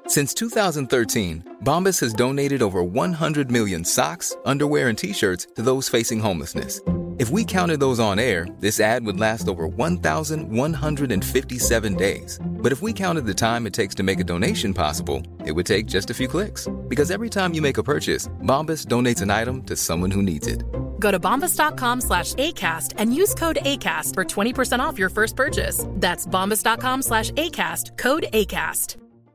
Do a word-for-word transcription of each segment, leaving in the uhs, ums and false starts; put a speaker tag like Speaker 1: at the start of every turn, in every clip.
Speaker 1: Since two thousand thirteen, Bombas has donated over one hundred million socks, underwear, and T-shirts to those facing homelessness. If we counted those on air, this ad would last over one thousand one hundred fifty-seven days. But if we counted the time it takes to make a donation possible, it would take just a few clicks. Because every time you make a purchase, Bombas donates an item to someone who needs it.
Speaker 2: Go to bombas.com slash ACAST and use code ACAST for twenty percent off your first purchase. That's bombas.com slash ACAST, code ACAST.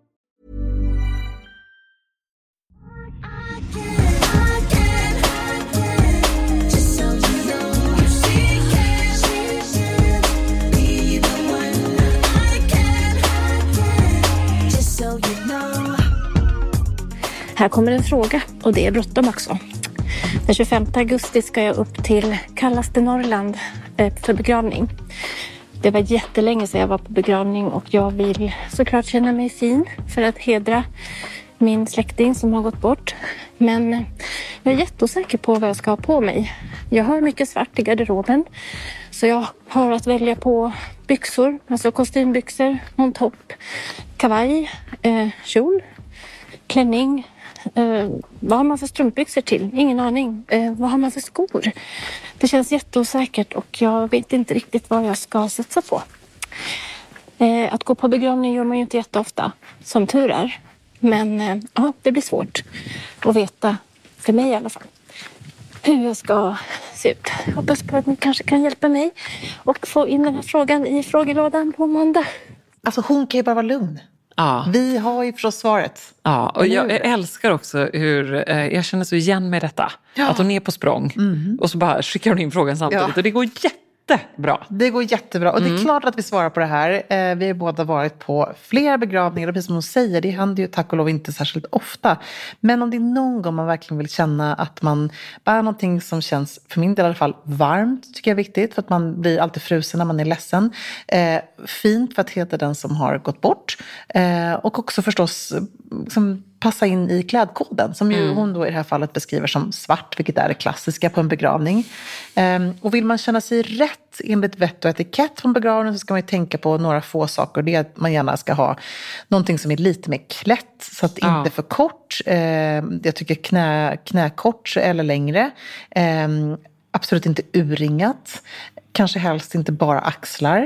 Speaker 3: Här kommer en fråga, och det är bråttom också. Den tjugofemte augusti ska jag upp till kallaste Norrland för begravning. Det var jättelänge sedan jag var på begravning, och jag vill såklart känna mig fin för att hedra min släkting som har gått bort. Men jag är jätteosäker på vad jag ska ha på mig. Jag har mycket svart i garderoben, så jag har att välja på byxor, alltså kostymbyxor, någon topp, kavaj, eh, kjol, klänning. Eh, vad har man för strumpbyxor till? Ingen aning. Eh, vad har man för skor? Det känns jätteosäkert, och jag vet inte riktigt vad jag ska satsa på. Eh, att gå på begravning gör man ju inte jätteofta, som tur är. Men eh, ja, det blir svårt att veta, för mig i alla fall, hur jag ska se ut. Jag hoppas på att ni kanske kan hjälpa mig och få in den här frågan i frågelådan på måndag.
Speaker 4: Alltså hon kan ju bara vara lugn.
Speaker 5: Ja.
Speaker 4: Vi har ju förstås svaret.
Speaker 5: Ja, och jag älskar också hur eh, jag känner så igen med detta. Ja. Att hon är på språng mm. och så bara skickar hon in frågan samtidigt. Ja. Och det går jättebra. Det går jättebra. Och mm. det är klart att vi svarar på det här. Eh, vi har båda varit på flera begravningar. Och precis som hon säger, det händer ju tack och lov inte särskilt ofta. Men om det är någon gång man verkligen vill känna att man bara någonting som känns, för min del i alla fall, varmt, tycker jag är viktigt. För att man blir alltid frusen när man är ledsen. Eh, fint för att heta den som har gått bort. Eh, och också förstås som passa in i klädkoden, som ju mm. hon då i det här fallet beskriver som svart, vilket är det klassiska på en begravning. Um, och vill man känna sig rätt enligt vett och etikett på en begravning, så ska man ju tänka på några få saker. Det är att man gärna ska ha någonting som är lite mer klätt, så att ja. inte för kort. Uh, jag tycker knä, knäkort eller längre. Um, absolut inte urringat. Kanske helst inte bara axlar.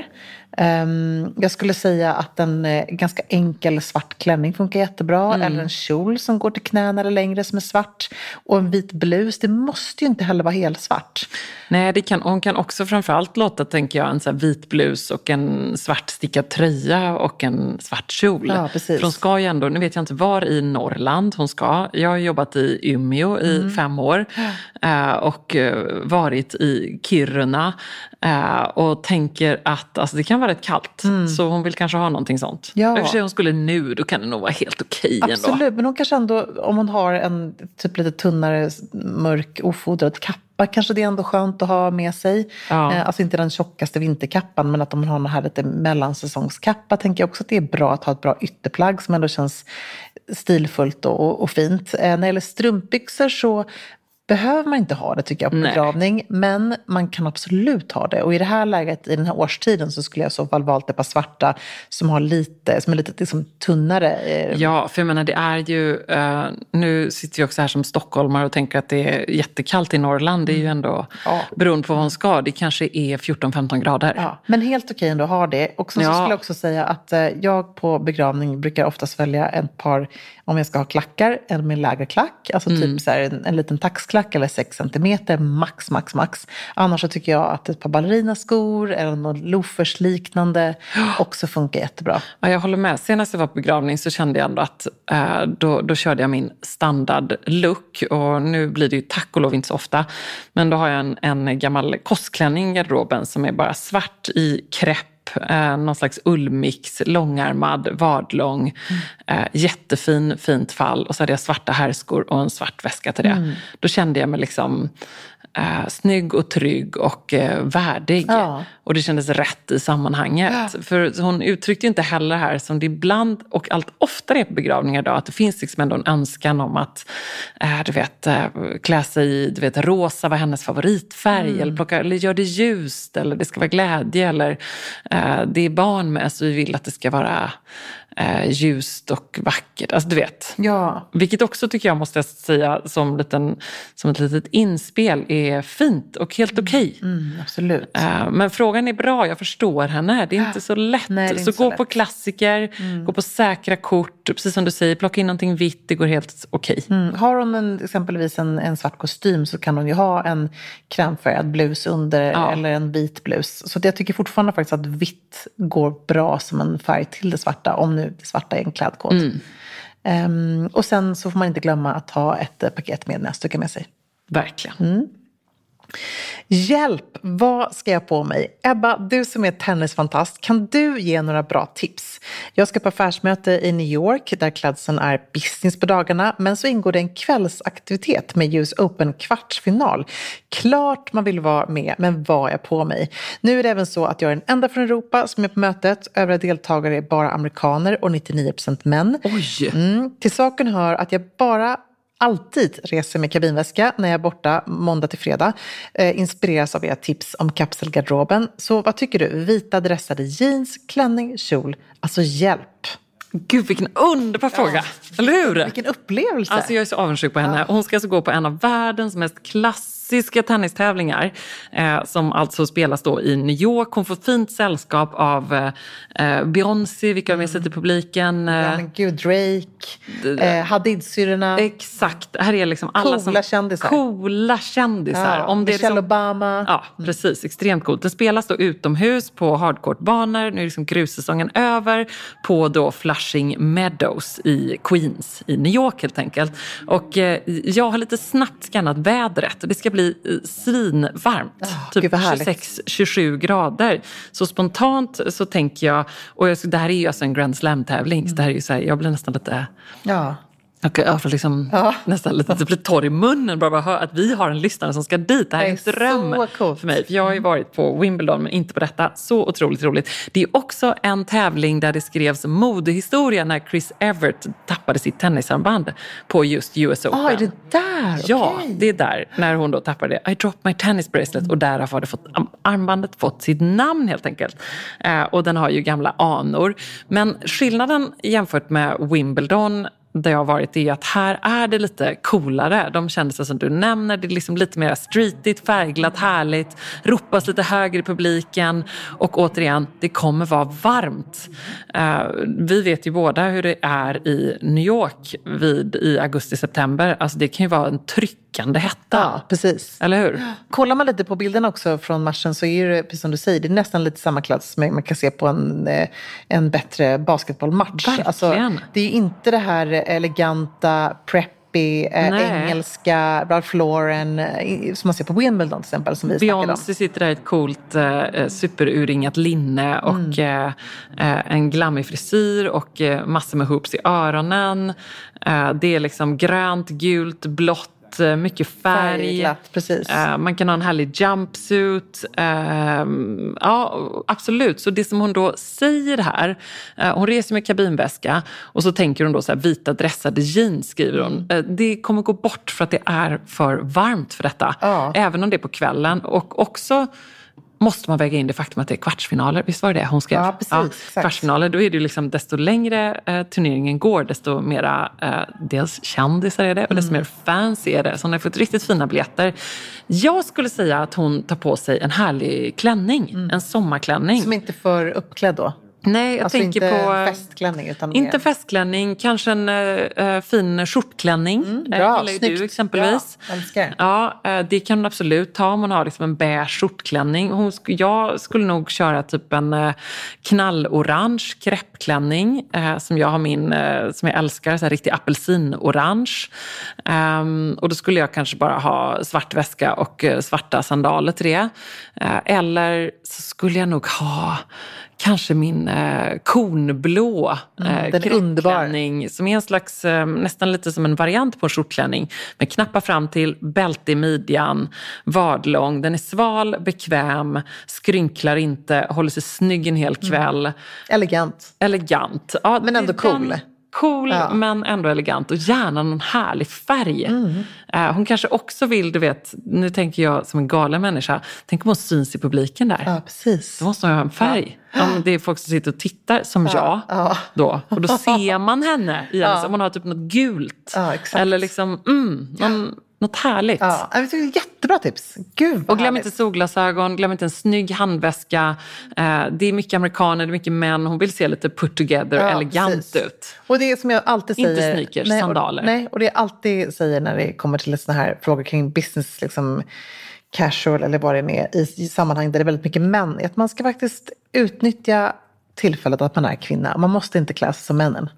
Speaker 5: Um, jag skulle säga att en eh, ganska enkel svart klänning funkar jättebra. Mm. Eller en kjol som går till knäna eller längre som är svart. Och en vit blus, det måste ju inte heller vara helt svart. Nej, det kan, hon kan också framförallt låta, tänker jag, en så här vit blus och en svart stickad tröja och en svart kjol.
Speaker 4: Ja, precis.
Speaker 5: För hon ska ju ändå, nu vet jag inte var i Norrland hon ska. Jag har jobbat i Umeå i mm. fem år uh, och uh, varit i Kiruna uh, och tänker att alltså, det kan vara rätt kallt. Mm. Så hon vill kanske ha någonting sånt. Ja. I och för sig hon skulle nu, då kan det nog vara helt okej ändå.
Speaker 4: Absolut, men hon kanske ändå, om hon har en typ lite tunnare, mörk, ofodrad kappa, kanske det är ändå skönt att ha med sig. Ja. Eh, alltså inte den tjockaste vinterkappan, men att om man har den här lite mellansäsongskappa, tänker jag också att det är bra att ha ett bra ytterplagg som ändå känns stilfullt och, och, och fint. Eh, när det gäller strumpbyxor så behöver man inte ha det, tycker jag, på begravning. Men man kan absolut ha det. Och i det här läget, i den här årstiden, så skulle jag i så fall valt ett par svarta som har lite, som är lite liksom tunnare.
Speaker 5: Ja, för jag menar, det är ju, uh, nu sitter jag också här som stockholmare och tänker att det är jättekallt i Norrland. Det är ju ändå, ja. beroende på vad hon ska, det kanske är fjorton femton grader.
Speaker 4: Ja, men helt okej ändå att ha det. Och så, ja. så skulle jag också säga att uh, jag på begravning brukar oftast välja ett par, om jag ska ha klackar, en med lägre klack. Alltså mm. typ så här en, en liten taxklack eller sex centimeter, max, max, max. Annars så tycker jag att ett par ballerinaskor eller något loafers liknande också funkar jättebra.
Speaker 5: Ja, jag håller med. Senast jag var på begravning så kände jag ändå att äh, då, då körde jag min standardlook, och nu blir det ju tack och lov inte så ofta. Men då har jag en, en gammal kostklänning i garderoben som är bara svart i krepp. Eh, någon slags ullmix, långärmad, vadlång, mm. eh, jättefin, fint fall, och så hade jag svarta härskor och en svart väska till det. Mm. Då kände jag mig liksom eh, snygg och trygg och eh, värdig. Ja. Och det kändes rätt i sammanhanget. Ja. För hon uttryckte ju inte heller här, som det ibland och allt oftare är på begravningar idag, att det finns liksom ändå en önskan om att eh, du vet, eh, klä sig i, du vet, rosa var hennes favoritfärg, mm. eller, plocka, eller gör det ljust, eller det ska vara glädje, eller eh, det är barn med, så vi vill att det ska vara eh, ljust och vackert. Alltså du vet.
Speaker 4: Ja.
Speaker 5: Vilket också tycker jag måste säga som, liten, som ett litet inspel är fint och helt okej. Okay.
Speaker 4: Mm, absolut.
Speaker 5: Uh, men frågan är bra, jag förstår henne. Det är inte så lätt.
Speaker 4: Nej,
Speaker 5: så,
Speaker 4: så
Speaker 5: gå
Speaker 4: lätt.
Speaker 5: på klassiker, mm. gå på säkra kort. Precis som du säger, plocka in någonting vitt, det går helt okej. Okay.
Speaker 4: Mm. Har hon en, exempelvis en, en svart kostym så kan hon ju ha en krämfärgad blus under ja. eller en vit blus. Så jag tycker fortfarande faktiskt att vitt går bra som en färg till det svarta, om nu det svarta är en klädkod. Mm. Um, och sen så får man inte glömma att ha ett uh, paket med näsdukar med sig.
Speaker 5: Verkligen.
Speaker 4: Mm. Hjälp, vad ska jag på mig? Ebba, du som är tennisfantast, kan du ge några bra tips? Jag ska på affärsmöte i New York där klädseln är business på dagarna, men så ingår det en kvällsaktivitet med U S Open kvartsfinal. Klart man vill vara med, men vad är jag på mig? Nu är det även så att jag är den enda från Europa som är på mötet. Övriga deltagare är bara amerikaner och nittionio procent män.
Speaker 5: Oj!
Speaker 4: Mm. Till saken hör att jag bara alltid reser med kabinväska när jag är borta måndag till fredag. Eh, inspireras av era tips om kapselgarderoben. Så vad tycker du? Vita dressade jeans, klänning, kjol. Alltså hjälp.
Speaker 5: Gud, vilken underbar fråga. Ja. Eller hur?
Speaker 4: Vilken upplevelse.
Speaker 5: Alltså jag är så avundsjuk på henne. Ja. Hon ska alltså gå på en av världens mest klassiska tennistävlingar. Eh, som alltså spelas då i New York. Hon får fint sällskap av eh, Beyoncé, vilka har med sig till publiken. Eh,
Speaker 4: ja, men gud, Drake. Eh, Hadid-syrorna.
Speaker 5: Exakt. Här är liksom alla
Speaker 4: coola
Speaker 5: som,
Speaker 4: kändisar.
Speaker 5: Coola kändisar.
Speaker 4: Ja,
Speaker 5: Om det
Speaker 4: Michelle
Speaker 5: är liksom,
Speaker 4: Obama.
Speaker 5: Ja, precis. Extremt coolt. Den spelas då utomhus på hardcourtbanor. Nu är liksom grussäsongen över på då Flushing Meadows i Queens i New York helt enkelt. Och eh, jag har lite snabbt skannat vädret och det ska bli eh, svinvarmt.
Speaker 4: Oh,
Speaker 5: typ tjugosex till tjugosju grader. Så spontant så tänker jag, och jag, det här är ju alltså en Grand Slam-tävling, mm. så det här är ju så här, jag blir nästan lite...
Speaker 4: Ja.
Speaker 5: Okay, jag får liksom ja. nästan lite, lite torr i munnen bara, bara höra att vi har en lyssnare som ska dit. Det här är en dröm för mig. För jag har ju varit på Wimbledon men inte på detta. Så otroligt roligt. Det är också en tävling där det skrevs modehistoria när Chris Evert tappade sitt tennisarmband på just U S Open.
Speaker 4: Ja, ah, är det där?
Speaker 5: Ja,
Speaker 4: okay.
Speaker 5: det är där. När hon då tappade det. I dropped my tennis bracelet. Mm. Och därför har det fått, armbandet fått sitt namn helt enkelt. Eh, och den har ju gamla anor. Men skillnaden jämfört med Wimbledon där jag har varit är att här är det lite coolare. De kändisar som du nämner, det är liksom lite mer streetigt, färgglatt, härligt. Ropas lite högre i publiken. Och återigen, det kommer vara varmt. Uh, vi vet ju båda hur det är i New York vid, i augusti-september. Alltså det kan ju vara en tryckande hetta.
Speaker 4: Ja, precis.
Speaker 5: Eller hur?
Speaker 4: Kollar man lite på bilderna också från matchen så är det, precis som du säger, det är nästan lite samma klass som man kan se på en, en bättre basketbollmatch.
Speaker 5: Verkligen.
Speaker 4: Alltså, det är ju inte det här eleganta, preppy, eh, engelska, Ralph Lauren, eh, som man ser på Wimbledon till exempel, som vi snackade om.
Speaker 5: Beyoncé sitter där i ett coolt eh, superurringat linne och mm. eh, en glammig frisyr och eh, massor med hoops i öronen. Eh, det är liksom grönt, gult, blått, mycket färg.
Speaker 4: Färgglatt, precis.
Speaker 5: Uh, man kan ha en härlig jumpsuit. Uh, ja, absolut. Så det som hon då säger här, uh, hon reser med kabinväska och så tänker hon då så här, vita dressade jeans skriver hon. Uh, det kommer gå bort för att det är för varmt för detta.
Speaker 4: Ja.
Speaker 5: Även om det är på kvällen. Och också måste man väga in det faktum att det är kvartsfinaler. Visst var det det hon skrev?
Speaker 4: Ja, precis.
Speaker 5: Ja, kvartsfinaler, då är det ju liksom desto längre eh, turneringen går, desto mera eh, dels kändisar är det och desto mm. mer fans är det. Så hon har fått riktigt fina biljetter. Jag skulle säga att hon tar på sig en härlig klänning. Mm. En sommarklänning.
Speaker 4: Som inte är för uppklädd då?
Speaker 5: Nej, jag
Speaker 4: alltså
Speaker 5: tänker
Speaker 4: inte
Speaker 5: på...
Speaker 4: festklänning utan
Speaker 5: Inte
Speaker 4: mer...
Speaker 5: festklänning, kanske en äh, fin skjortklänning.
Speaker 4: Mm, bra,
Speaker 5: äh,
Speaker 4: snyggt.
Speaker 5: Du exempelvis.
Speaker 4: Ja, älskar.
Speaker 5: Ja, äh, det kan hon absolut ta om hon har liksom en beige skjortklänning. Hon sk- jag skulle nog köra typ en äh, knallorange kreppklänning äh, som jag har min, äh, som jag älskar, så här riktig apelsinorange. Um, och då skulle jag kanske bara ha svart väska och äh, svarta sandaler till det. Äh, eller så skulle jag nog ha kanske min eh, kornblå eh,
Speaker 4: mm, kreppklänning
Speaker 5: som är en slags, eh, nästan lite som en variant på en skjortklänning med knappar fram till, bälte i midjan, vadlång. Den är sval, bekväm, skrynklar inte, håller sig snygg en hel kväll.
Speaker 4: Mm. Elegant.
Speaker 5: Elegant. Ja,
Speaker 4: men ändå cool.
Speaker 5: Den, Cool ja. men ändå elegant och gärna någon härlig färg. Mm. Uh, hon kanske också vill, du vet, nu tänker jag som en galen människa, tänk om hon syns i publiken där.
Speaker 4: Ja, precis.
Speaker 5: Då måste hon ha en färg. Ja. Om det är folk som sitter och tittar som ja. jag ja. då. Och då ser man henne igen. Ja. Om hon har typ något gult. Ja, exakt. Eller liksom, mm, någon, något härligt.
Speaker 4: Ja, det är jättebra tips. Gud,
Speaker 5: och glöm
Speaker 4: härligt.
Speaker 5: inte solglasögon, glöm inte en snygg handväska. Eh, det är mycket amerikaner, det är mycket män. Hon vill se lite put together, ja, elegant precis. ut.
Speaker 4: Och det är som jag alltid säger.
Speaker 5: Inte sneakers, nej, sandaler.
Speaker 4: Och, nej, och det jag alltid säger när det kommer till såna här frågor kring business, liksom casual eller vad det är i, i sammanhang där det är väldigt mycket män. Att man ska faktiskt utnyttja tillfället att man är kvinna. Man måste inte klä sig som männen.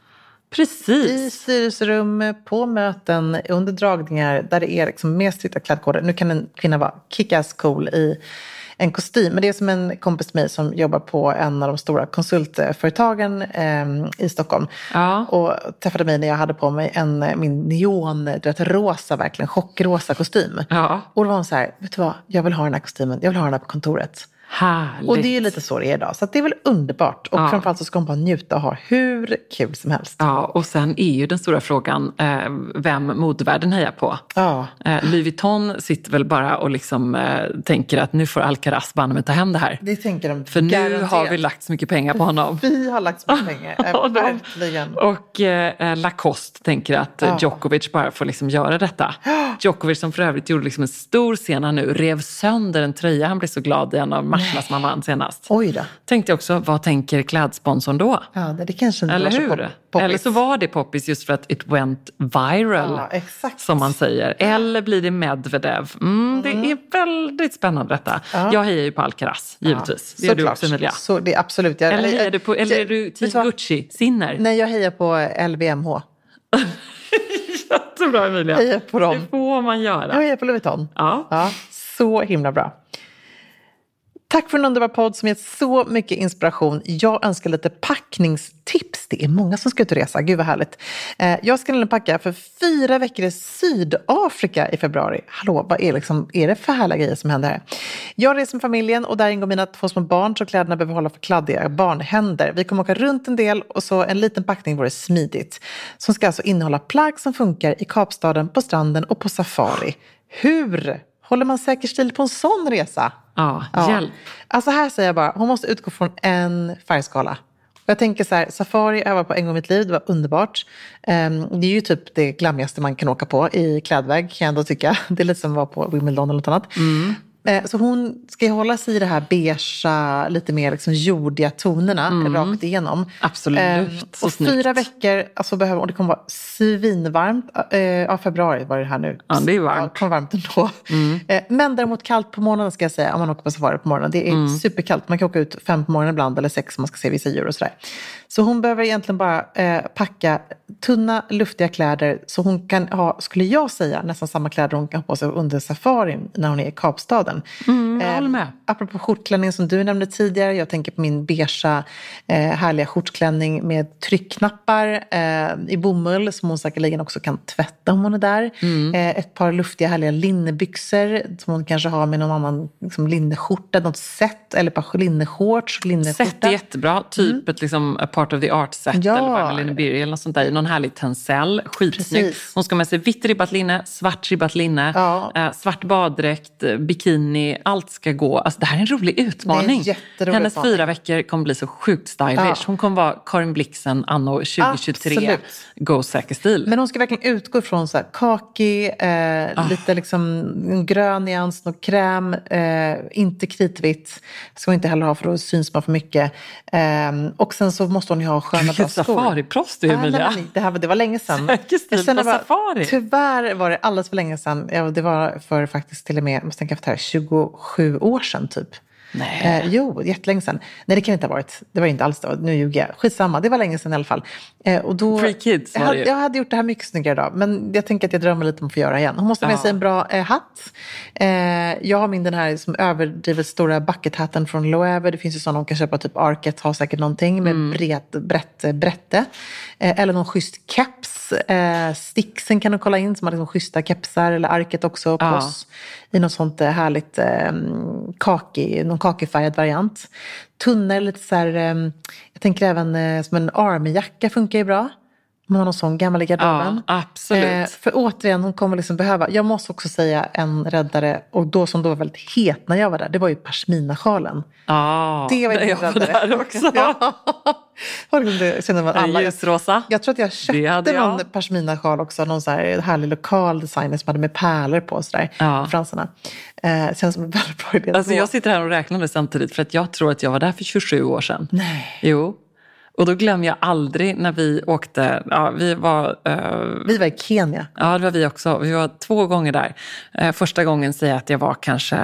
Speaker 5: Precis.
Speaker 4: I styrelserum, på möten, under dragningar där det är liksom mer strikta klädkoder. Nu kan en kvinna vara kick-ass cool i en kostym. Men det är som en kompis med mig som jobbar på en av de stora konsultföretagen eh, i Stockholm. Ja. Och träffade mig när jag hade på mig en, min neon, du vet, rosa, verkligen chockrosa kostym. Ja. Och då var hon så här, vet du vad, jag vill ha den här kostymen, jag vill ha den här på kontoret.
Speaker 5: Härligt.
Speaker 4: Och det är ju lite så det är idag. Så det är väl underbart. Och ja. framförallt så ska hon bara njuta och ha hur kul som helst.
Speaker 5: Ja, och sen är ju den stora frågan eh, vem modevärlden hejar på. Ja. Eh, Louis Vuitton sitter väl bara och liksom eh, tänker att nu får Alcaraz banne med ta hem det här.
Speaker 4: Det tänker de.
Speaker 5: För garanterat. Nu har vi lagt så mycket pengar på honom.
Speaker 4: Vi har lagt så mycket pengar,
Speaker 5: och
Speaker 4: verkligen.
Speaker 5: Och eh, Lacoste tänker att ja. Djokovic bara får liksom göra detta. Djokovic som för övrigt gjorde liksom en stor scen nu, rev sönder en tröja. Han blev så glad i en av matcherna som han vann senast.
Speaker 4: Oj då.
Speaker 5: Tänkte jag också, vad tänker klädsponsorn då?
Speaker 4: Ja, det, det kanske inte
Speaker 5: eller
Speaker 4: var
Speaker 5: hur?
Speaker 4: Så pop-
Speaker 5: Eller så var det poppis just för att it went viral.
Speaker 4: Ja, exakt.
Speaker 5: Som man säger. Eller blir det Medvedev? Mm, det mm. är väldigt spännande detta. Ja. Jag hejar ju på Alcaraz, givetvis. Ja, det är du också, Emilia.
Speaker 4: Så det är absolut. Jag,
Speaker 5: eller hejar du på, eller jag, är du Team Gucci? Sinner?
Speaker 4: Nej, jag hejar på L V M H.
Speaker 5: Jättebra, Emilia.
Speaker 4: Jag hejar på dem.
Speaker 5: Det får man göra.
Speaker 4: Jag hejar på Louis Vuitton.
Speaker 5: Ja.
Speaker 4: Ja, så himla bra. Tack för en underbar podd som gett så mycket inspiration. Jag önskar lite packningstips. Det är många som ska ut och resa. Gud vad härligt. Jag ska nämligen packa för fyra veckor i Sydafrika i februari. Hallå, vad är, liksom, är det för härliga grejer som händer här? Jag reser med familjen och där ingår mina två små barn så kläderna behöver hålla för kladdiga barnhänder. Vi kommer åka runt en del och så en liten packning vore smidigt. Som ska alltså innehålla plagg som funkar i Kapstaden, på stranden och på safari. Hur håller man säker stil på en sån resa?
Speaker 5: Ja, ja, hjälp.
Speaker 4: Alltså här säger jag bara, hon måste utgå från en färgskala. Och jag tänker så här, safari jag var på en gång i mitt liv, det var underbart. Um, det är ju typ det glammigaste man kan åka på i klädväg, kan jag ändå tycka. Det är lite som att vara på Wimbledon eller något annat. Mm. Så hon ska hålla sig i det här beigea, lite mer liksom jordiga tonerna mm. rakt igenom.
Speaker 5: Absolut, eh, så
Speaker 4: och
Speaker 5: snyggt.
Speaker 4: Fyra veckor, alltså behöver, och det kommer vara svinvarmt. Eh, ja, februari var det här nu.
Speaker 5: Ja, det är varmt.
Speaker 4: Ja, det kommer varmt ändå. Mm. Eh, men däremot kallt på morgonen ska jag säga, om man åker på safari på morgonen. Det är mm. superkallt, man kan åka ut fem på morgonen ibland, eller sex om man ska se vissa djur och sådär. Så hon behöver egentligen bara eh, packa tunna, luftiga kläder. Så hon kan ha, skulle jag säga, nästan samma kläder hon kan ha på sig under safarin när hon är i Kapstaden.
Speaker 5: Mm, jag håller med.
Speaker 4: Eh, apropå skjortklänning som du nämnde tidigare. Jag tänker på min beigea eh, härliga skjortklänning med tryckknappar eh, i bomull som hon säkerligen också kan tvätta om hon är där. Mm. Eh, ett par luftiga härliga linnebyxor som hon kanske har med någon annan liksom, linneskjorta, något set eller ett par linneshorts, linneskjorta.
Speaker 5: Set är jättebra, typ mm. ett liksom, a part of the art set ja. eller vad med linnebyrg eller något sånt där. Någon härlig tencel, skitsnygg. Hon ska med sig vitt ribbat linne, svart ribbat linne, ja. eh, svart baddräkt, bikini, allt ska gå. Alltså det här är en rolig utmaning. Hennes utmaning. fyra veckor kommer bli så sjukt stylish. Ja. Hon kommer vara Karin Blixen anno tjugo tjugotre. Absolut. Go säker stil.
Speaker 4: Men hon ska verkligen utgå från så här kaki, eh, ah. lite liksom grön nyans, något kräm, eh, inte kritvitt. Ska hon inte heller ha för då syns man för mycket. Eh, och sen så måste hon ju ha sköna bra skor.
Speaker 5: Safariprost du, Emilia.
Speaker 4: Nej, det, här, det var länge sedan.
Speaker 5: Säker stil på
Speaker 4: bara,
Speaker 5: safari.
Speaker 4: Tyvärr var det alldeles för länge sedan. Ja, det var för faktiskt till och med, jag måste tänka efter här, tjugosju år sedan typ.
Speaker 5: Nej.
Speaker 4: Eh, jo, jättelänge sedan. Nej, det kan inte ha varit. Det var inte alls det. Nu ljuger jag. Skitsamma, det var länge sedan i alla fall. Eh, och då,
Speaker 5: Free kids var
Speaker 4: jag,
Speaker 5: det ju.
Speaker 4: jag hade gjort det här mycket snyggare idag. Men jag tänker att jag drömmer lite om att få göra igen. Hon måste ha med sig en bra eh, hatt. Eh, jag har min den här som överdrivet stora bucket-hatten från Loewe. Det finns ju sådana hon kan köpa, typ Arket har säkert någonting med mm. bret, brett brätte. Eh, eller någon schysst keps. Eh, Stixen kan du kolla in som har liksom schyssta kepsar. Eller Arket också på
Speaker 5: ja.
Speaker 4: oss. I något sånt eh, härligt eh, kaki, någon kakifärgad variant. Tunnel, lite så här, eh, jag tänker även eh, som en armyjacka funkar ju bra. Man har någon sån gammal i garderoben.
Speaker 5: Ja, absolut.
Speaker 4: Eh, för återigen, hon kommer liksom behöva... Jag måste också säga en räddare, och då som då var väldigt het när jag var där, det var ju pashminasjalen.
Speaker 5: Ja,
Speaker 4: det var ju
Speaker 5: jag var där också.
Speaker 4: Ja. Det känner man alla.
Speaker 5: Ljusrosa.
Speaker 4: Jag tror att jag köpte någon pashminasjal också, någon så här härlig lokal designer som hade med pärlor på så där,
Speaker 5: ja.
Speaker 4: fransarna. Eh, känns som en väldigt bra idé.
Speaker 5: Alltså jag sitter här och räknar det samtidigt för att jag tror att jag var där för tjugosju år sedan.
Speaker 4: Nej.
Speaker 5: Jo. Och då glömmer jag aldrig när vi åkte, ja vi var... Uh,
Speaker 4: vi var i Kenya.
Speaker 5: Ja, det var vi också. Vi var två gånger där. Uh, första gången säger jag att jag var kanske,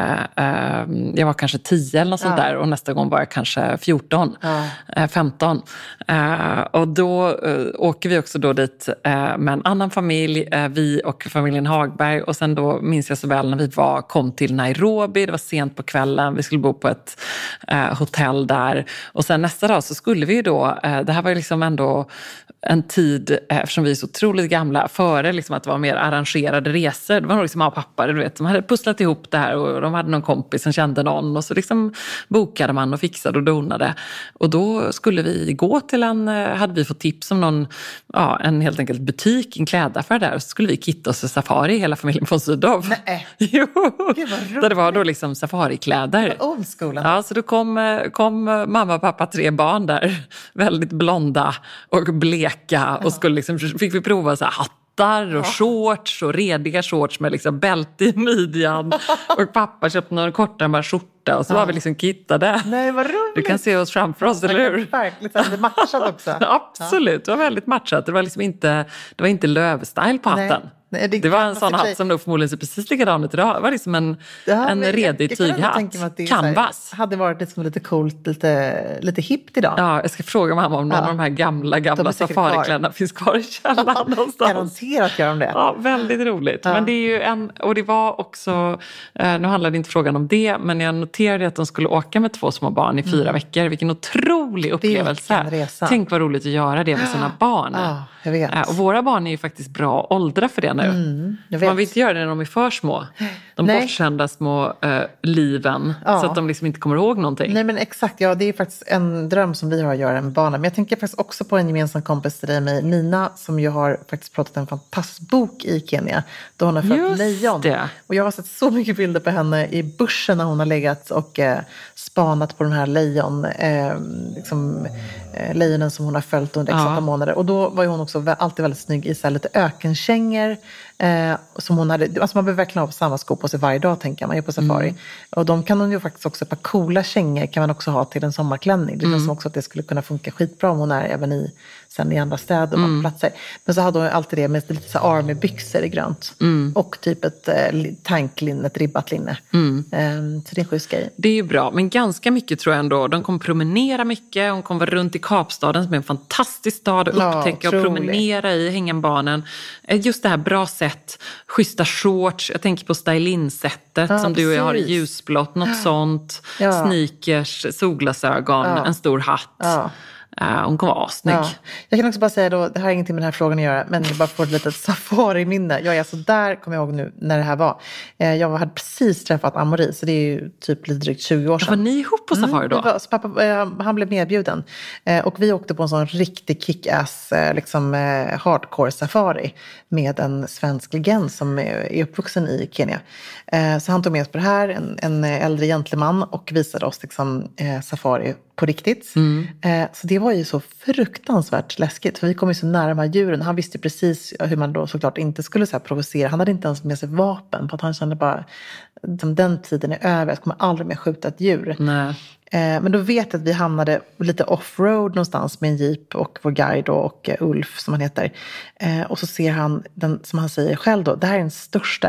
Speaker 5: uh, jag var kanske tio eller något ja. sånt där. Och nästa gång var jag kanske fjorton, ja. uh, femton. Uh, och då uh, åker vi också då dit uh, med en annan familj, uh, vi och familjen Hagberg. Och sen då minns jag så väl när vi var, kom till Nairobi, det var sent på kvällen. Vi skulle bo på ett uh, hotell där. Och sen nästa dag så skulle vi ju då... Det här var ju liksom ändå en tid, eftersom vi är så otroligt gamla, före liksom att det var mer arrangerade resor. Det var nog liksom mamma och pappa, du vet, som hade pusslat ihop det här och de hade någon kompis som kände någon och så liksom bokade man och fixade och donade. Och då skulle vi gå till en, hade vi fått tips om någon, ja, en helt enkelt butik, en klädaffär där, och så skulle vi kitta oss i safari, hela familjen från Sydov.
Speaker 4: Nej.
Speaker 5: Jo, där det var då liksom safarikläder.
Speaker 4: Old school.
Speaker 5: Ja, så då kom, kom mamma, pappa, tre barn där, väldigt blonda och bleka och skulle liksom, fick vi prova så här hattar och shorts och rediga shorts med liksom bälte i midjan och pappa köpte någon kortare skjorta och så var vi liksom kittade.
Speaker 4: Nej, vad roligt.
Speaker 5: Du kan se oss framför oss, eller hur?
Speaker 4: Verkligen, det matchat också.
Speaker 5: Absolut, det var väldigt matchat. Det var liksom inte, det var inte lövstyle på hatten. Nej. Nej, det, det var en sån hatt som nog förmodligen ser precis likadan ut idag. Det var liksom en, ja, en redig tyghatt. Canvas.
Speaker 4: Här, hade varit liksom lite coolt, lite, lite hippt idag.
Speaker 5: Ja, jag ska fråga mamma om någon ja. av de här gamla, gamla safarikläderna finns kvar i källaren någonstans.
Speaker 4: Garanterat gör de det.
Speaker 5: Ja, väldigt roligt. Ja. Men det är ju en, och det var också, nu handlade inte frågan om det, men jag noterade att de skulle åka med två små barn i fyra mm. veckor. Vilken otrolig upplevelse.
Speaker 4: Resa.
Speaker 5: Tänk vad roligt att göra det med sina barn.
Speaker 4: Ja, jag vet.
Speaker 5: Och våra barn är ju faktiskt bra åldrar för det nu.
Speaker 4: Mm,
Speaker 5: man vill inte göra det när de är för små. De Nej. bortkända små äh, liven. Ja. Så att de liksom inte kommer ihåg någonting.
Speaker 4: Nej, men exakt. Ja, det är faktiskt en dröm som vi har att göra med barnen. Men jag tänker faktiskt också på en gemensam kompis till dig med Nina. Som ju har faktiskt pratat en fantastisk bok i Kenya. Då hon har fött lejon. Det. Och jag har sett så mycket bilder på henne i bussen när hon har legat och eh, spanat på den här lejon. Eh, liksom, eh, lejonen som hon har följt under exakta ja. månader. Och då var ju hon också alltid väldigt snygg i så här lite ökenkängor. Eh, som hon hade, alltså man behöver verkligen ha samma skor på sig varje dag, tänker man ju på safari. Mm. Och de kan hon ju faktiskt också, ett par coola kängor kan man också ha till en sommarklänning. Det känns mm. som också att det skulle kunna funka skitbra om hon är även i, sen i andra städer och mm. platser. Men så hade hon alltid det med lite så army-byxor i grönt. Mm. Och typ ett eh, tanklinne, ett ribbat linne. Mm. Eh, så det är en schysst grej.
Speaker 5: Det är ju bra, men ganska mycket tror jag ändå. De kommer promenera mycket, hon kommer vara runt i Kapstaden som är en fantastisk stad att upptäcka ja, och promenera i, hänga med barnen. Just det här bra sätt. Schyssta shorts, jag tänker på stylinsättet ja, som du och jag har i ljusblått, något sånt, ja. sneakers, solglasögon, ja. en stor hatt. Ja. Uh, hon kommer vara snygg. Ja.
Speaker 4: Jag kan också bara säga då, det har ingenting med den här frågan att göra, men jag bara får ett litet safari-minne. Jag är alltså där, kommer jag ihåg nu, när det här var. Uh, jag hade precis träffat Amori, så det är ju typ lite drygt tjugo år sedan.
Speaker 5: Var ni ihop på safari då?
Speaker 4: Mm, var, så pappa, uh, han blev medbjuden. Uh, och vi åkte på en sån riktig kick-ass uh, liksom, uh, hardcore-safari med en svensk legend som är uppvuxen i Kenya. Uh, så han tog med oss på det här, en, en äldre gentleman, och visade oss liksom, uh, safari på riktigt. Mm. Uh, så det var ju så fruktansvärt läskigt. För vi kom ju så nära de här djuren. Han visste precis hur man då såklart inte skulle så här provocera. Han hade inte ens med sig vapen. För att han kände bara, den tiden är över. Jag kommer aldrig mer skjuta ett djur.
Speaker 5: Nej.
Speaker 4: Men då vet jag att vi hamnade lite offroad någonstans med en jeep och vår guide då, och Ulf som han heter. Och så ser han, den, som han säger själv då, det här är den största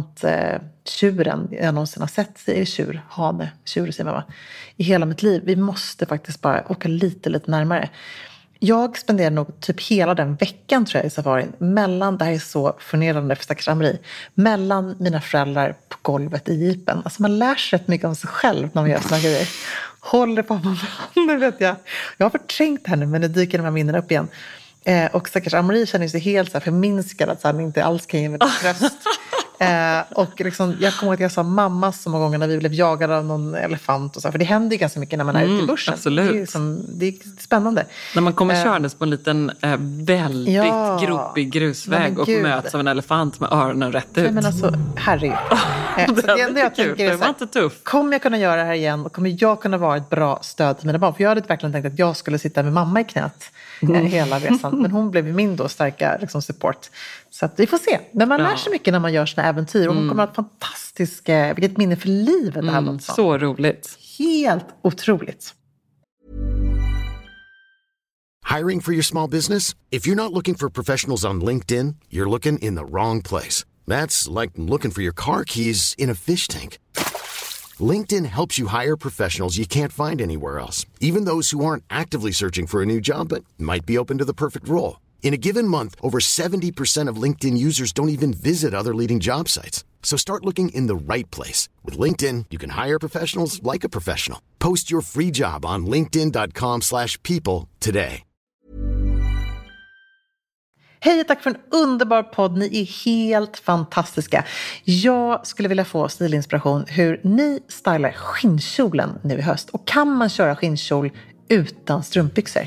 Speaker 4: elefanttjuren jag någonsin har sett. Det är tjur, hane, tjur säger man va? I hela mitt liv. Vi måste faktiskt bara åka lite, lite närmare. Jag spenderade nog typ hela den veckan tror jag i safarin. Mellan, det här är så förnedrande för stackars Amri. Mellan mina föräldrar på golvet i jeepen. Alltså man lär sig rätt mycket om sig själv när man gör såna grejer. Håller på med nu vet jag. Jag har förträngt henne men nu dyker de här minnena upp igen. Eh, och stackars Amri känner sig helt så här förminskad att han inte alls kan ge mig tröst. Eh, och liksom, jag kommer ihåg att jag sa mamma så många gånger när vi blev jagade av någon elefant. Och så, för det händer ju ganska mycket när man är ute i bussen.
Speaker 5: Absolut.
Speaker 4: Det är, liksom, det är spännande.
Speaker 5: När man kommer
Speaker 4: eh,
Speaker 5: körandes på en liten eh, väldigt ja, gropig grusväg och möts av en elefant med öronen rätt ut.
Speaker 4: Nej, men alltså, herregud.
Speaker 5: Eh, det, det, det jag tänker är så här, tuff.
Speaker 4: Kommer jag kunna göra det här igen och kommer jag kunna vara ett bra stöd till mina barn? För jag hade verkligen tänkt att jag skulle sitta med mamma i knät mm. hela resan. Men hon blev min då starka liksom, support. Så att vi får se. Men man lär sig mycket när man gör sina äventyr. Och hon kommer att ha ett fantastiskt, vilket minne för livet det här
Speaker 5: mm, så roligt.
Speaker 4: Helt otroligt.
Speaker 6: Hiring for your small business? If you're not looking for professionals on LinkedIn, you're looking in the wrong place. That's like looking for your car keys in a fish tank. LinkedIn helps you hire professionals you can't find anywhere else, even those who aren't actively searching for a new job but might be open to the perfect role. In a given month, over seventy percent of LinkedIn users don't even visit other leading job sites. So start looking in the right place. With LinkedIn, you can hire professionals like a professional. Post your free job on linkedin dot com slash people today.
Speaker 4: Hej och tack för en underbar podd. Ni är helt fantastiska. Jag skulle vilja få stilinspiration hur ni stylar skinnkjolen nu i höst. Och kan man köra skinnkjol utan strumpbyxor?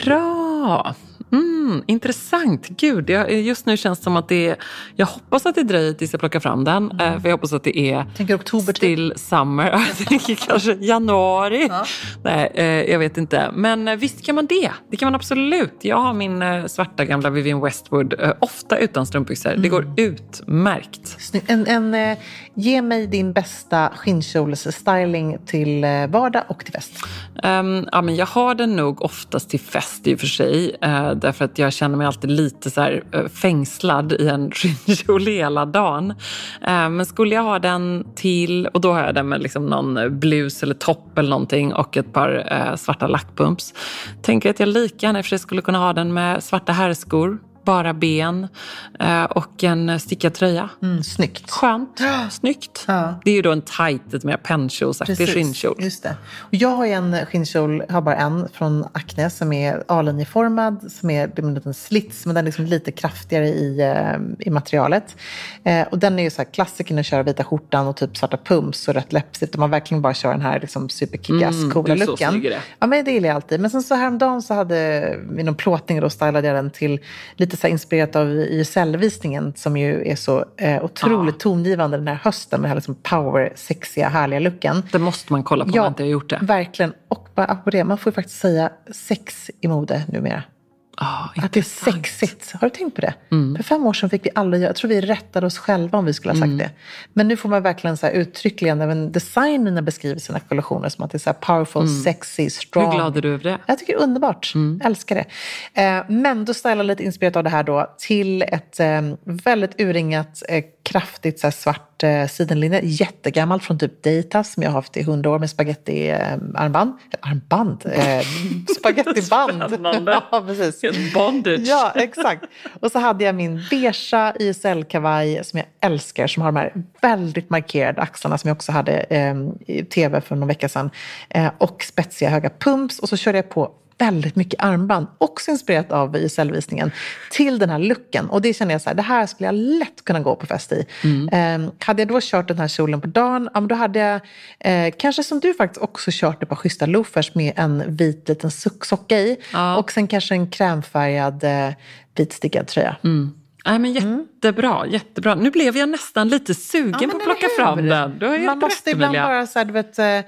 Speaker 5: Bra! Mm, intressant. Gud, jag, just nu känns det som att det är... Jag hoppas att det dröjer tills jag plockar fram den. Mm. För jag hoppas att det är
Speaker 4: tänker oktober
Speaker 5: still typ. Summer. Jag tänker kanske januari. Ja. Nej, eh, jag vet inte. Men eh, visst kan man det. Det kan man absolut. Jag har min eh, svarta gamla Vivienne Westwood eh, ofta utan strumpbyxor. Mm. Det går utmärkt.
Speaker 4: En, en, eh, ge mig din bästa skinnkjolsstyling till eh, vardag och till fest.
Speaker 5: Um, ja, men jag har den nog oftast till fest i och för sig. Uh, därför att jag känner mig alltid lite så här, uh, fängslad i en skinnkjol hela dagen. Uh, men skulle jag ha den till, och då har jag den med liksom någon blus eller topp eller någonting och ett par uh, svarta lackpumps. Tänker att jag lika gärna för sig skulle kunna ha den med svarta herrskor. Bara ben eh, och en stickad tröja.
Speaker 4: Mm, snyggt.
Speaker 5: Skönt. Snyggt. Ja. Det är ju då en tight, ett mer pennkjolsaktig skinnkjol.
Speaker 4: Just det. Och jag har ju en skinnkjol, jag har bara en från Acne som är A-linjeformad, som är en liten slits, men den är liksom lite kraftigare i, eh, i materialet. Eh, och den är ju så här klassiken att köra vita skjortan och typ svarta pumps och rött läppstift. Och man verkligen bara kör den här liksom superkickass, mm, coola looken. Ja, men det gillar jag alltid. Men sen så häromdagen så hade vi någon plåtning och då stylade jag den till lite så inspirerat av I S L-visningen som ju är så eh, otroligt ah. tongivande den här hösten med den här liksom power, sexiga, härliga looken.
Speaker 5: Det måste man kolla på
Speaker 4: ja,
Speaker 5: om man inte har gjort det.
Speaker 4: Verkligen. Och bara på det, man får ju faktiskt säga sex i mode numera.
Speaker 5: Oh,
Speaker 4: att det är sexigt. Har du tänkt på det? Mm. För fem år sedan fick vi alla, jag tror vi rättade oss själva om vi skulle ha sagt mm. det. Men nu får man verkligen så här uttryckligen, även designerna beskriver sina kollektioner som att det är så här powerful, mm. sexy, strong.
Speaker 5: Hur glad är du över det?
Speaker 4: Jag tycker det är underbart. Mm. Älskar det. Eh, men då stylar lite inspirerat av det här då till ett eh, väldigt urringat, eh, kraftigt så här, svart eh, sidenlinne. Jättegammalt från typ Deitas som jag har haft i hundra år med spaghetti-armband. Eh, armband? Eh, Spagettiband. Ja, precis.
Speaker 5: Bondage.
Speaker 4: Ja, exakt. Och så hade jag min beigea I S L-kavaj som jag älskar, som har de här väldigt markerade axlarna som jag också hade eh, i tv för någon vecka sedan. Eh, och spetsiga höga pumps. Och så körde jag på väldigt mycket armband, också inspirerat av I S L-visningen, till den här looken. Och det känner jag så här, det här skulle jag lätt kunna gå på fest i. Mm. Eh, hade jag då kört den här kjolen på dagen, ja, men då hade jag, eh, kanske som du faktiskt också kört ett par schyssta loafers med en vit liten socka i. Ja. Och sen kanske en krämfärgad eh, vitstickad tröja.
Speaker 5: Mm. Nej, men jättebra, mm. jättebra. Nu blev jag nästan lite sugen ja, på att plocka fram den. Du har
Speaker 4: Man måste
Speaker 5: rätt,
Speaker 4: ibland
Speaker 5: Emilia.
Speaker 4: bara så här, du vet, äh,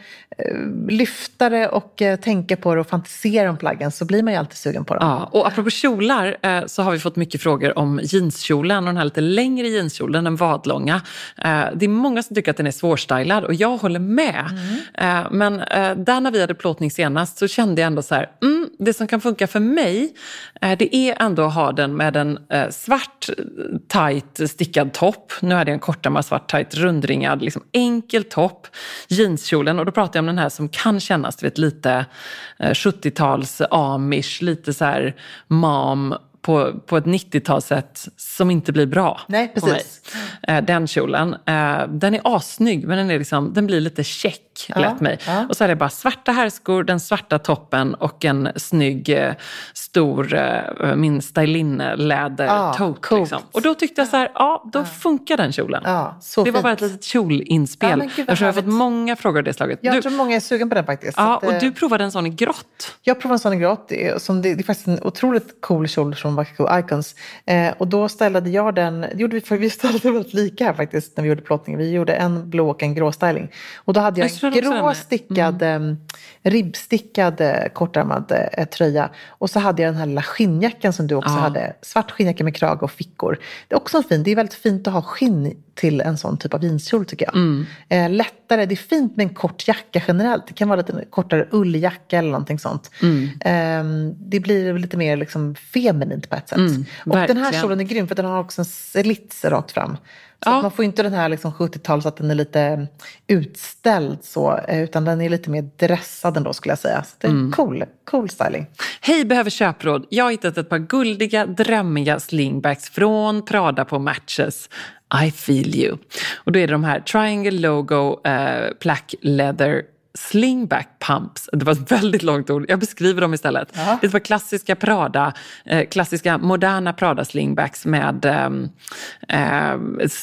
Speaker 4: lyfta det och äh, tänka på det och fantisera om plaggen, så blir man ju alltid sugen på dem.
Speaker 5: Ja, och apropå kjolar äh, så har vi fått mycket frågor om jeanskjolen och den här lite längre jeanskjolen, den vadlånga. Äh, det är många som tycker att den är svårstylad och jag håller med. Mm. Äh, men äh, där när vi hade plåtning senast så kände jag ändå så här, mm, det som kan funka för mig äh, det är ändå att ha den med en äh, svart tight stickad topp. Nu hade jag en kortärmad svart tight rundringad, liksom enkel topp, jeanskjolen, och då pratar jag om den här som kan kännas, du vet, lite eh, sjuttio-tals amish, lite så här mom på, på ett nittio-talssätt som inte blir bra.
Speaker 4: Nej, precis.
Speaker 5: Eh, den kjolen. Eh, den är assnygg, men den, är liksom, den blir lite check black lät mig. Ja. Och så hade jag bara svarta herrskor, den svarta toppen och en snygg, stor, min stylinläder ja, tote. Cool. Liksom. Och då tyckte jag så här, ja, då ja. funkar den kjolen. Ja, så det fint. Var bara ett litet kjolinspel. Ja, jag tror jag har fått många frågor av det slaget.
Speaker 4: Jag
Speaker 5: du,
Speaker 4: tror många är sugen på den faktiskt.
Speaker 5: Ja,
Speaker 4: att,
Speaker 5: och du provade en sån i grått.
Speaker 4: Jag provade en sån i grått. Det, som det, det är faktiskt en otroligt cool kjol från Wacoco Icons. Eh, och då ställde jag den, det gjorde vi, för vi ställde väldigt lika här faktiskt när vi gjorde plåtningen. Vi gjorde en blå och en grå styling. Och då hade jag, jag en grå stickad, mm. ribbstickad kortärmad eh, tröja. Och så hade jag den här lilla skinnjackan som du också ja. hade. Svart skinnjacka med krage och fickor. Det är också fint. Det är väldigt fint att ha skinn till en sån typ av jeanskjol tycker jag. Mm. Eh, lättare, det är fint med en kort jacka generellt. Det kan vara lite kortare ulljacka eller någonting sånt. Mm. Eh, det blir lite mer liksom feminint på ett sätt. Mm, och verkligen. Den här kjolen är grym för den har också en slits rakt fram. Så ja. att man får inte den här liksom sjuttio-tal så att den är lite utställd så, utan den är lite mer dressad ändå skulle jag säga. Så det är mm. cool, cool styling.
Speaker 5: Hej, behöver köpråd. Jag har hittat ett par guldiga, drömmiga slingbacks från Prada på Matches. I feel you. Och då är det de här Triangle Logo uh, Plaque Leather slingback pumps. Det var ett väldigt långt ord. Jag beskriver dem istället. Aha. Det var klassiska Prada, eh, klassiska moderna Prada slingbacks med eh, eh,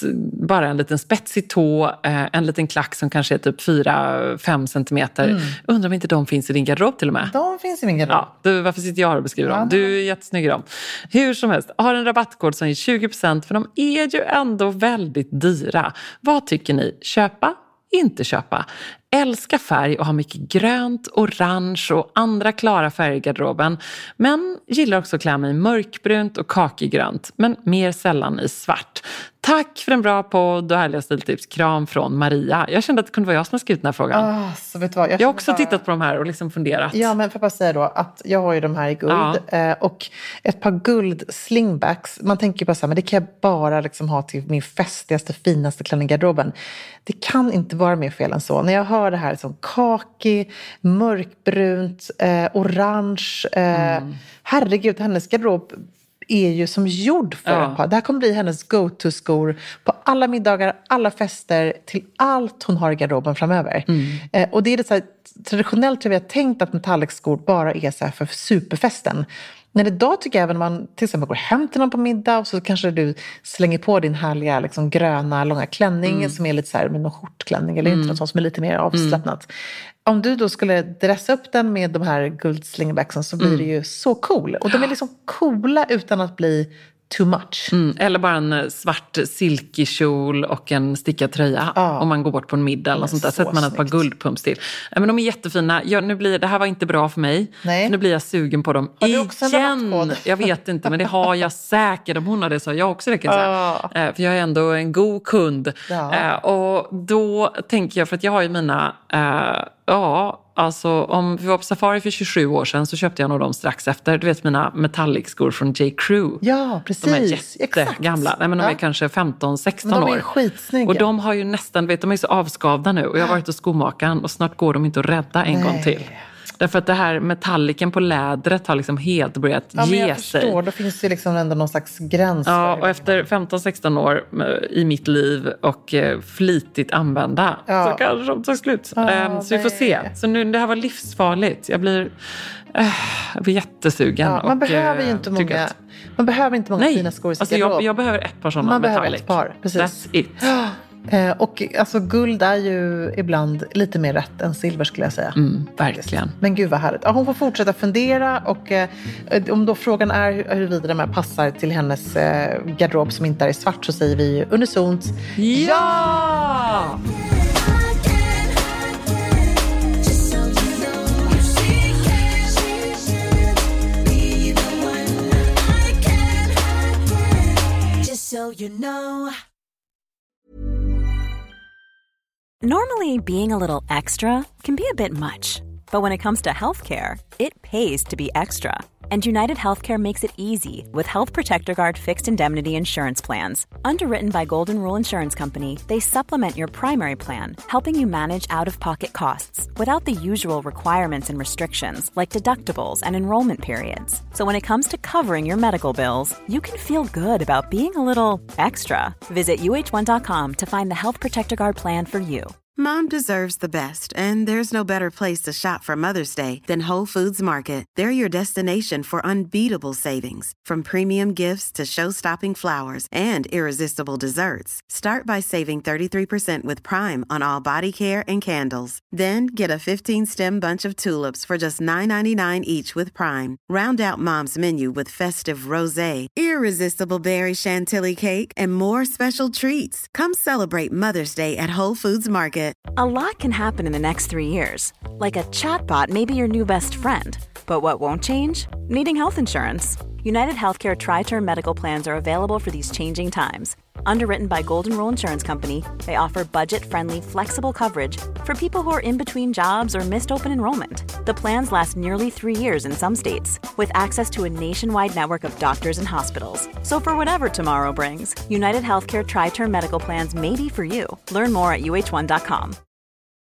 Speaker 5: bara en liten spetsig tå, eh, en liten klack som kanske är typ fyra fem centimeter. Mm. Undrar om inte de finns i din garderob till och med.
Speaker 4: De finns i min garderob.
Speaker 5: Ja, du, varför sitter jag här och beskriver ja, dem? Du är jättesnygg i dem. Hur som helst, har en rabattkod som är tjugo procent för de är ju ändå väldigt dyra. Vad tycker ni? Köpa? Inte köpa. Älskar färg och har mycket grönt, orange och andra klara färger i garderoben. Men gillar också att klä mig i mörkbrunt och kakigrönt. Men mer sällan i svart. Tack för en bra podd och härliga stiltips. Kram från Maria. Jag kände att det kunde vara jag som har skrivit den här frågan.
Speaker 4: Oh, så vet du vad,
Speaker 5: jag, jag har också bara... tittat på de här och liksom funderat.
Speaker 4: Ja, men får jag bara säga då att jag har ju de här i guld. Ja. Och ett par guld slingbacks. Man tänker bara så här, men det kan jag bara liksom ha till min festigaste, finaste klänning i garderoben. Det kan inte vara mer fel än så. När jag hör det här som kaki, mörkbrunt, eh, orange. Eh, mm. Herregud, hennes garderob är ju som gjord för ja. ett par. Det här kommer bli hennes go-to-skor på alla middagar, alla fester, till allt hon har i garderoben framöver. Mm. Eh, och det är det så här, traditionellt har vi tänkt att metallic-skor bara är så här för superfesten. Men idag tycker jag även när man till exempel går hem till någon på middag och så kanske du slänger på din härliga liksom, gröna långa klänning mm. som är lite så här med någon skjortklänning eller mm. inte något sånt som är lite mer avslappnat. Mm. Om du då skulle dressa upp den med de här guldslingbacksen så blir mm. det ju så cool. Och de är liksom coola utan att bli too much.
Speaker 5: Mm, eller bara en svart silkekjol och en stickad tröja ah. om man går bort på en middag eller sånt där. Sätter man ett par guldpumps till. Men de är jättefina. Jag, nu blir, det här var inte bra för mig. Nej. Nu blir jag sugen på dem har igen. Jag vet inte, men det har jag säkert. Om hon har det så jag också det kan säga. Ah. Eh, för jag är ändå en god kund. Ja. Eh, och då tänker jag, för att jag har ju mina... Eh, ja... Alltså om vi var på safari för tjugosju år sedan så köpte jag nog dem strax efter. Du vet mina metallic-skor från J. Crew.
Speaker 4: Ja, precis. De är
Speaker 5: jättegamla. Nej, men de ja. är kanske femton sexton år.
Speaker 4: De är skitsnygga.
Speaker 5: Och de har ju nästan, vet de är så avskavda nu. Och jag har varit hos skomakaren och snart går de inte att rädda en Nej. gång till. Därför att det här metallicen på lädret har liksom helt börjat ja, ge sig. Ja, jag förstår.
Speaker 4: Då finns det liksom ändå någon slags gräns.
Speaker 5: Ja, och efter femton sexton år i mitt liv och flitigt använda ja. så kanske de tar slut. Ja, så vi får se. Så nu, det här var livsfarligt. Jag blir, äh, jag blir jättesugen. Ja,
Speaker 4: man,
Speaker 5: och,
Speaker 4: behöver ju inte många, att... man behöver inte många
Speaker 5: Nej.
Speaker 4: fina skor.
Speaker 5: Alltså jag, jag behöver ett par sådana
Speaker 4: man
Speaker 5: metallic.
Speaker 4: Man behöver ett par, precis.
Speaker 5: That's it.
Speaker 4: Eh, och alltså guld är ju ibland lite mer rätt än silver skulle jag säga.
Speaker 5: Mm, verkligen.
Speaker 4: Men gud vad härligt. Ja, hon får fortsätta fundera och eh, om då frågan är huruvida de här passar till hennes eh, garderob som inte är i svart så säger vi unisont ja!
Speaker 7: So you know. Normally, being a little extra can be a bit much, but when it comes to healthcare, it pays to be extra. And United Healthcare makes it easy with Health Protector Guard fixed indemnity insurance plans. Underwritten by Golden Rule Insurance Company, they supplement your primary plan, helping you manage out-of-pocket costs without the usual requirements and restrictions like deductibles and enrollment periods. So when it comes to covering your medical bills, you can feel good about being a little extra. Visit U H one dot com to find the Health Protector Guard plan for you.
Speaker 8: Mom deserves the best, and there's no better place to shop for Mother's Day than Whole Foods Market. They're your destination for unbeatable savings, from premium gifts to show-stopping flowers and irresistible desserts. Start by saving thirty-three percent with Prime on all body care and candles. Then get a fifteen-stem bunch of tulips for just nine ninety-nine each with Prime. Round out Mom's menu with festive rosé, irresistible berry chantilly cake, and more special treats. Come celebrate Mother's Day at Whole Foods Market.
Speaker 7: A lot can happen in the next three years. Like a chatbot may be your new best friend. But what won't change? Needing health insurance. United Healthcare Tri-Term Medical Plans are available for these changing times. Underwritten by Golden Rule Insurance Company, they offer budget-friendly, flexible coverage for people who are in between jobs or missed open enrollment. The plans last nearly three years in some states, with access to a nationwide network of doctors and hospitals. So for whatever tomorrow brings, United Healthcare Tri-Term Medical Plans may be for you. Learn more at U H one dot com.